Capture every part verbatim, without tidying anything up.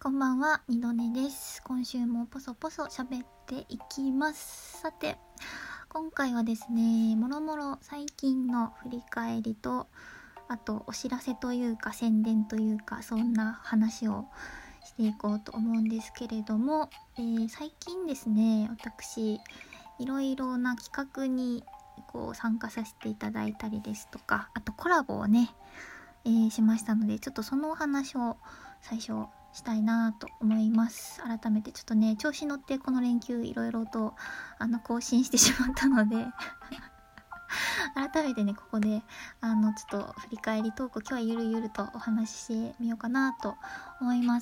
こんばんは、二度寝です。今週もポソポソ喋っていきます。さて、今回はですね、もろもろ最近の振り返りと、あとお知らせというか宣伝というか、そんな話をしていこうと思うんですけれども、えー、最近ですね、私いろいろな企画にこう参加させていただいたりですとか、あとコラボをね、えー、しましたので、ちょっとそのお話を最初したいなと思います。改めてちょっとね、調子乗ってこの連休いろいろとあの更新してしまったので改めてね、ここであのちょっと振り返りトーク、今日はゆるゆるとお話ししてみようかなと思います。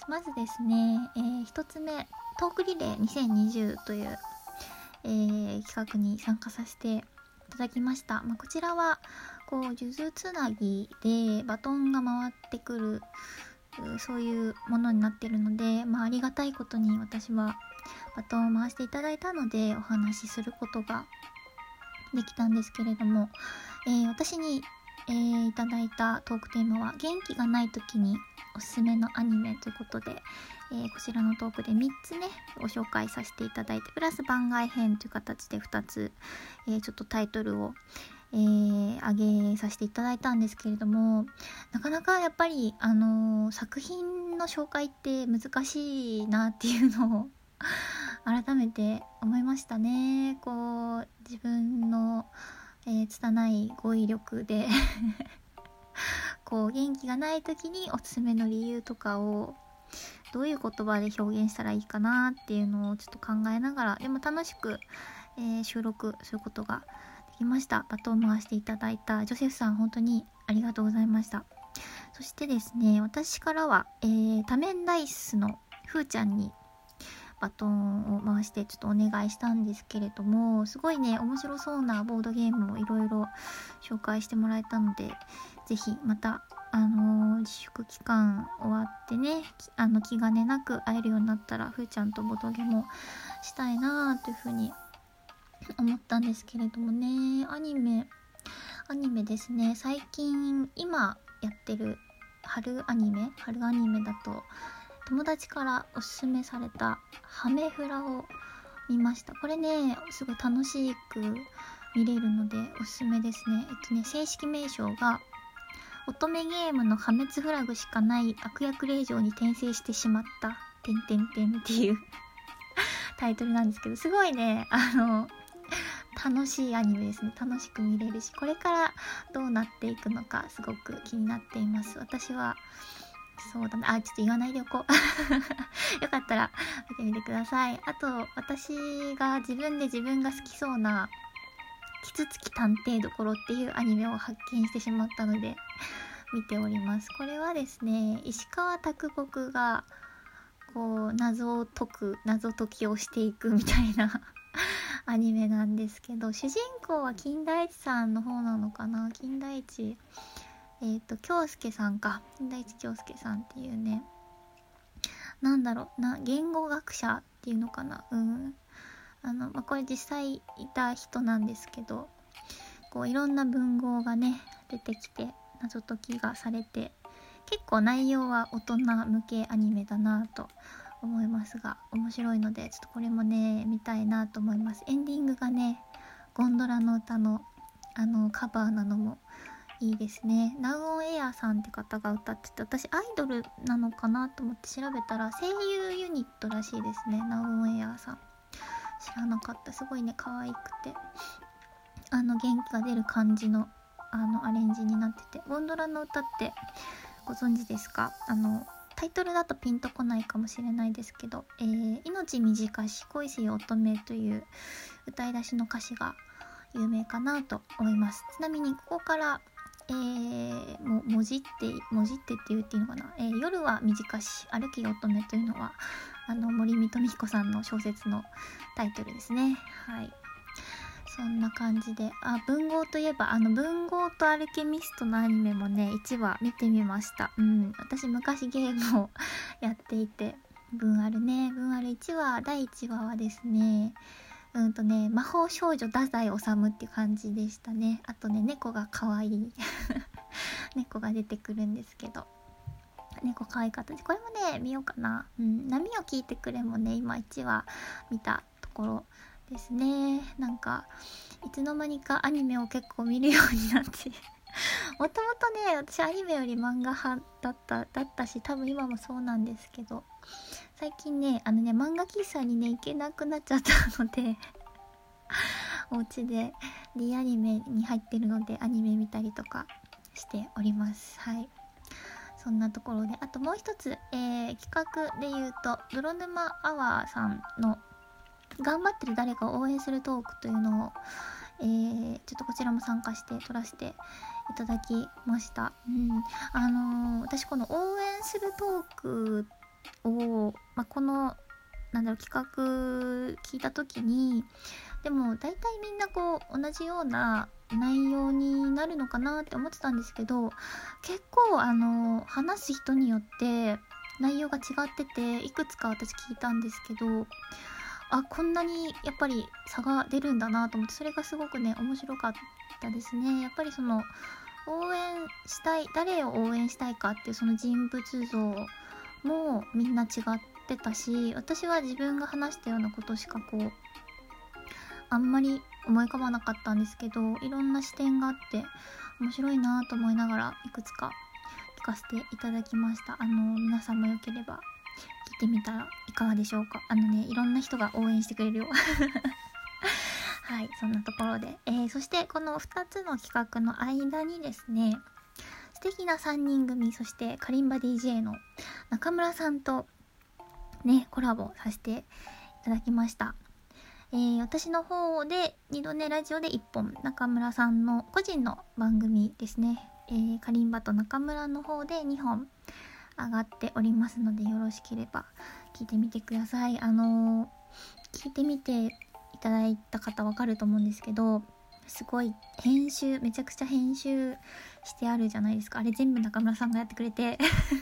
まずですね、えー、一つ目、トークリレーにせんにじゅうという、えー、企画に参加させていただきました。まあ、こちらはこう数珠つなぎでバトンが回ってくる、そういうものになっているので、まあ、ありがたいことに私はバトンを回していただいたのでお話しすることができたんですけれども、えー、私に、えー、いただいたトークテーマは元気がない時におすすめのアニメということで、えー、こちらのトークでみっつねご紹介させていただいて、プラス番外編という形でふたつ、えー、ちょっとタイトルをえー、上げさせていただいたんですけれども、なかなかやっぱり、あのー、作品の紹介って難しいなっていうのを改めて思いましたね。こう自分の、えー、拙い語彙力でこう元気がない時におすすめの理由とかをどういう言葉で表現したらいいかなっていうのをちょっと考えながら、でも楽しく、えー、収録することができました。バトンを回していただいたジョセフさん、本当にありがとうございました。そしてですね、私からは、えー、多面ダイスのふーちゃんにバトンを回してちょっとお願いしたんですけれども、すごいね、面白そうなボードゲームをいろいろ紹介してもらえたので、ぜひまたあのー、自粛期間終わってね、あの気兼ねなく会えるようになったらふーちゃんとボードゲームをしたいなというふうに思ったんですけれどもね。アニメアニメですね、最近今やってる春アニメ春アニメだと友達からおすすめされたハメフラを見ました。これね、すごい楽しく見れるのでおすすめですね。えっとね正式名称が乙女ゲームの破滅フラグしかない悪役令嬢に転生してしまったてんてんてんっていうタイトルなんですけど、すごいね、あの楽しいアニメですね。楽しく見れるし、これからどうなっていくのかすごく気になっています。私はそうだなあ、ちょっと言わないでおこうよかったら見てみてください。あと、私が自分で自分が好きそうなキツツキ探偵どころっていうアニメを発見してしまったので見ております。これはですね、石川啄木がこう謎を解く謎解きをしていくみたいなアニメなんですけど、主人公は金田一さんの方なのかな。金田一えっと京介さんか金田一京介さんっていうね、なんだろうな、言語学者っていうのかな、うんあの、まあ、これ実際いた人なんですけど、こういろんな文豪がね出てきて謎解きがされて、結構内容は大人向けアニメだなと思いますが、面白いのでちょっとこれもね見たいなと思います。エンディングがねゴンドラの歌のあのカバーなのもいいですね。ナウオンエアさんって方が歌ってて、私アイドルなのかなと思って調べたら声優ユニットらしいですね。ナウオンエアさん知らなかった。すごいね可愛くて、あの元気が出る感じのあのアレンジになってて、ゴンドラの歌ってご存知ですか？あのタイトルだとピンとこないかもしれないですけど、えー、命短し恋せよ乙女という歌い出しの歌詞が有名かなと思います。ちなみにここから、えー、も文字って文字ってって言っていいのかな、えー、夜は短し歩けよ乙女というのはあの森見富彦さんの小説のタイトルですね。はい、そんな感じで、あ、文豪といえばあの文豪とアルケミストのアニメもねいちわ見てみました。うん、私昔ゲームをやっていて、文あるね文あるいちわだいいちわはですね、うんとね魔法少女太宰治っていう感じでしたね。あとね猫が可愛い猫が出てくるんですけど、 猫可愛かったです。これもね見ようかな。うん、波を聞いてくれもね今いちわ見たところですね。なんかいつの間にかアニメを結構見るようになってもともとね私アニメより漫画派だっただったし、多分今もそうなんですけど、最近ねあのね漫画喫茶にね行けなくなっちゃったのでお家で D アニメに入ってるのでアニメ見たりとかしております。はい、そんなところで、あともう一つ、えー、企画で言うと泥沼アワーさんの頑張ってる誰かを応援するトークというのを、えー、ちょっとこちらも参加して撮らせていただきました。うん、あのー、私この応援するトークを、まあ、このなんだろう企画聞いた時に、でも大体みんなこう同じような内容になるのかなって思ってたんですけど、結構あの話す人によって内容が違ってて、いくつか私聞いたんですけど、あこんなにやっぱり差が出るんだなと思って、それがすごくね面白かったですね。やっぱりその応援したい、誰を応援したいかっていうその人物像もみんな違ってたし、私は自分が話したようなことしかこうあんまり思い浮かばなかったんですけど、いろんな視点があって面白いなと思いながらいくつか聞かせていただきました。あの皆さんもよければ聞いてみたらいかがでしょうか。あのねいろんな人が応援してくれるよはい、そんなところで、えー、そしてこのふたつの企画の間にですね、素敵なさんにん組、そしてカリンバ ディージェー の中村さんとねコラボさせていただきました。えー、私の方でにど寝ラジオでいっぽん、中村さんの個人の番組ですね、えー、カリンバと中村の方でにほん上がっておりますので、よろしければ聞いてみてください。あのー、聞いてみていただいた方わかると思うんですけど、すごい編集めちゃくちゃ編集してあるじゃないですか。あれ全部中村さんがやってくれて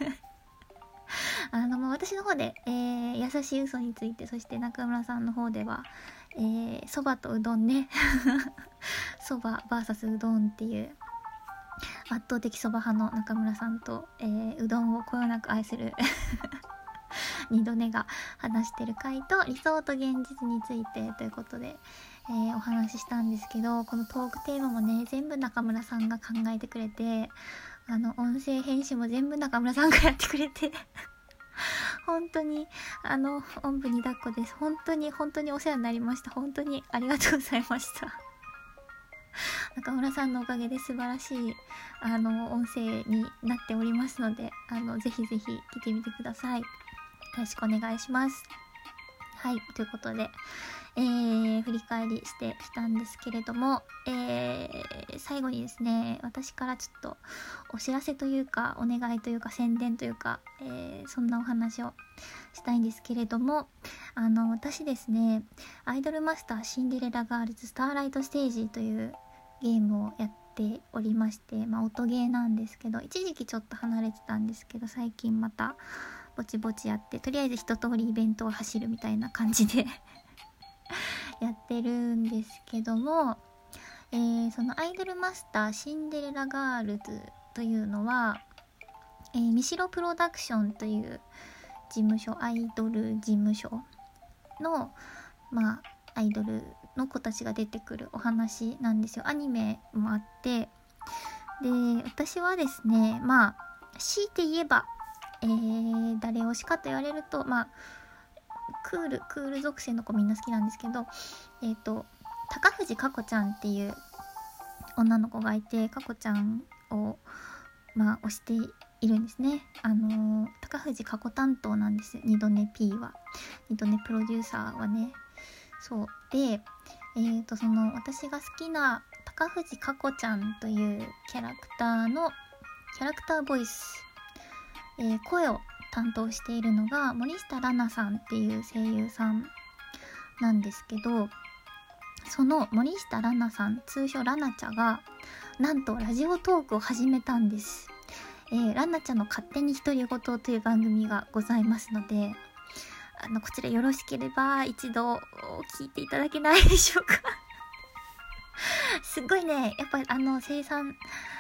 あのまあ私の方で、えー、優しい嘘について、そして中村さんの方ではえー、そばとうどんねそば ブイエス うどんっていう圧倒的そば派の中村さんと、えー、うどんをこよなく愛する二度寝が話してる回と理想と現実についてということで、えー、お話ししたんですけど、このトークテーマもね全部中村さんが考えてくれて、あの音声編集も全部中村さんがやってくれて本当にあのおんぶに抱っこです。本当に本当にお世話になりました。本当にありがとうございました中村さんのおかげで素晴らしいあの音声になっておりますので、あのぜひぜひ聞いてみてください。よろしくお願いします。はい、ということで、えー、振り返りしてきたんですけれども、えー、最後にですね、私からちょっとお知らせというかお願いというか宣伝というか、えー、そんなお話をしたいんですけれども、あの私ですね、アイドルマスターシンデレラガールズスターライトステージというゲームをやっておりまして、まあ音ゲーなんですけど、一時期ちょっと離れてたんですけど、最近またぼちぼちやって、とりあえず一通りイベントを走るみたいな感じでやってるんですけども、えー、そのアイドルマスターシンデレラガールズというのは、えー、ミシロプロダクションという事務所、アイドル事務所のまあアイドルの子たちが出てくるお話なんですよ。アニメもあって、で私はですね、まあ強いて言えば、えー、誰推しかと言われると、まあクールクール属性の子みんな好きなんですけど、えっと高藤かこちゃんっていう女の子がいて、かこちゃんをまあ推しているんですね。あのー、高藤かこ担当なんですよ、二度寝 P は。二度寝プロデューサーはね。そうで、えっとその私が好きな高藤かこちゃんというキャラクターのキャラクターボイス、えー、声を担当しているのが森下蘭奈さんっていう声優さんなんですけど、その森下蘭奈さん、通称ラナちゃんがなんとラジオトークを始めたんです。えー、ラナちゃんの勝手に独り言という番組がございますので、あのこちらよろしければ一度聞いていただけないでしょうかすごいね、やっぱりあの声優さん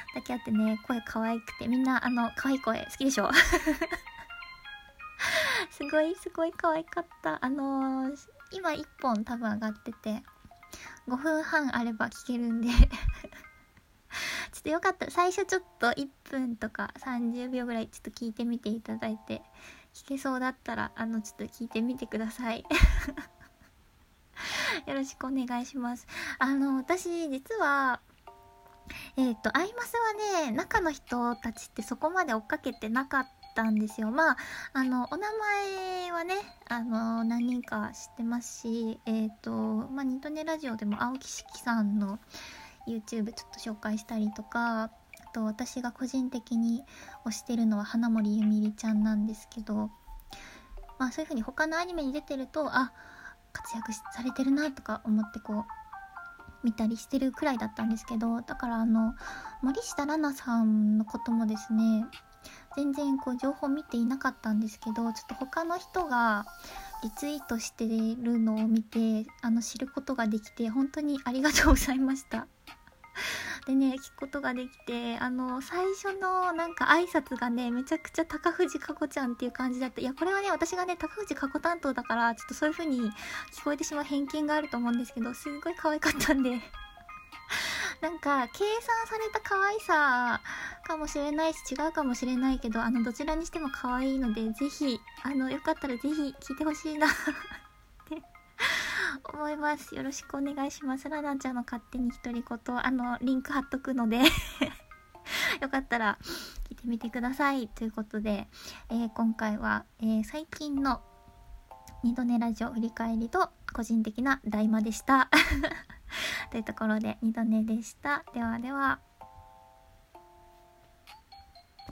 だけあってね、声可愛くて、みんなあの可愛い声好きでしょすごいすごい可愛かった。あのー、今いっぽん多分上がっててごふんはんあれば聞けるんでちょっとよかったら最初ちょっといっぷんとかさんじゅうびょうぐらいちょっと聞いてみていただいて、聞けそうだったらあのちょっと聞いてみてくださいよろしくお願いします。あの私実はえっとアイマスはね、中の人たちってそこまで追っかけてなかったんですよ。まああのお名前はね、あの何人か知ってますし、えっとまあニトネラジオでも青木しきさんの YouTube ちょっと紹介したりとか、あと私が個人的に推してるのは花森ゆみりちゃんなんですけど、まあそういう風に他のアニメに出てると、あ、活躍されてるなとか思ってこう見たりしてるくらいだったんですけど、だからあの森下奈々さんのこともですね、全然こう情報見ていなかったんですけど、ちょっと他の人がリツイートしてるのを見て、あの知ることができて本当にありがとうございましたでね、聞くことができて、あの最初のなんか挨拶がね、めちゃくちゃ高藤かこちゃんっていう感じだった。いやこれはね、私がね高藤かこ担当だからちょっとそういう風に聞こえてしまう偏見があると思うんですけど、すごい可愛かったんでなんか計算された可愛さかもしれないし違うかもしれないけど、あのどちらにしても可愛いので、ぜひあのよかったらぜひ聞いてほしいなって思います。よろしくお願いします。ラナちゃんの勝手に独り言、あのリンク貼っとくのでよかったら聞いてみてください。ということで、えー、今回は、えー、最近の二度寝ラジオ振り返りと個人的な大魔でしたというところで二度寝でした。ではでは。